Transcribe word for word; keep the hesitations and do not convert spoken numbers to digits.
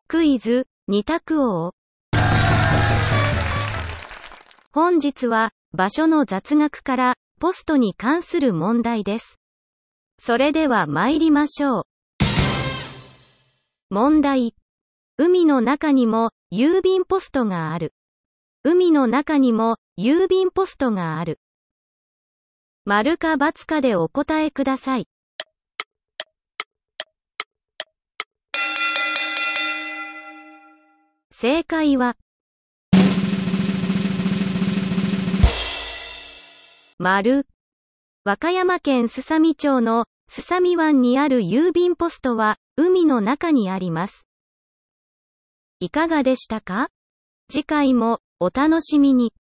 クイズ、二択王。本日は、場所の雑学から、ポストに関する問題です。それでは参りましょう。問題。海の中にも、郵便ポストがある。海の中にも、郵便ポストがある。丸か×かでお答えください。正解は、丸。和歌山県すさみ町のすさみ湾にある郵便ポストは海の中にあります。いかがでしたか？次回もお楽しみに。